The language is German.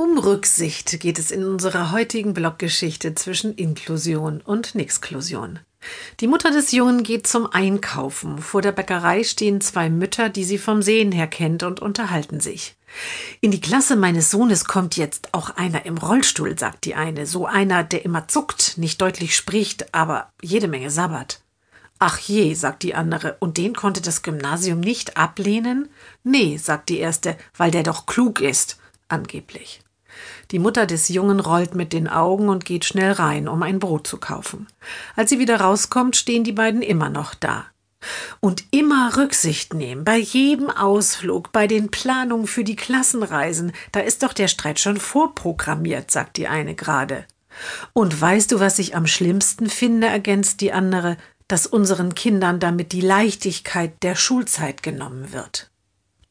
Um Rücksicht geht es in unserer heutigen Bloggeschichte zwischen Inklusion und Nixklusion. Die Mutter des Jungen geht zum Einkaufen. Vor der Bäckerei stehen zwei Mütter, die sie vom Sehen her kennt, und unterhalten sich. In die Klasse meines Sohnes kommt jetzt auch einer im Rollstuhl, sagt die eine. So einer, der immer zuckt, nicht deutlich spricht, aber jede Menge sabbert. Ach je, sagt die andere, und den konnte das Gymnasium nicht ablehnen? Nee, sagt die erste, weil der doch klug ist, angeblich. Die Mutter des Jungen rollt mit den Augen und geht schnell rein, um ein Brot zu kaufen. Als sie wieder rauskommt, stehen die beiden immer noch da. Und immer Rücksicht nehmen, bei jedem Ausflug, bei den Planungen für die Klassenreisen, da ist doch der Streit schon vorprogrammiert, sagt die eine gerade. Und weißt du, was ich am schlimmsten finde, ergänzt die andere, dass unseren Kindern damit die Leichtigkeit der Schulzeit genommen wird.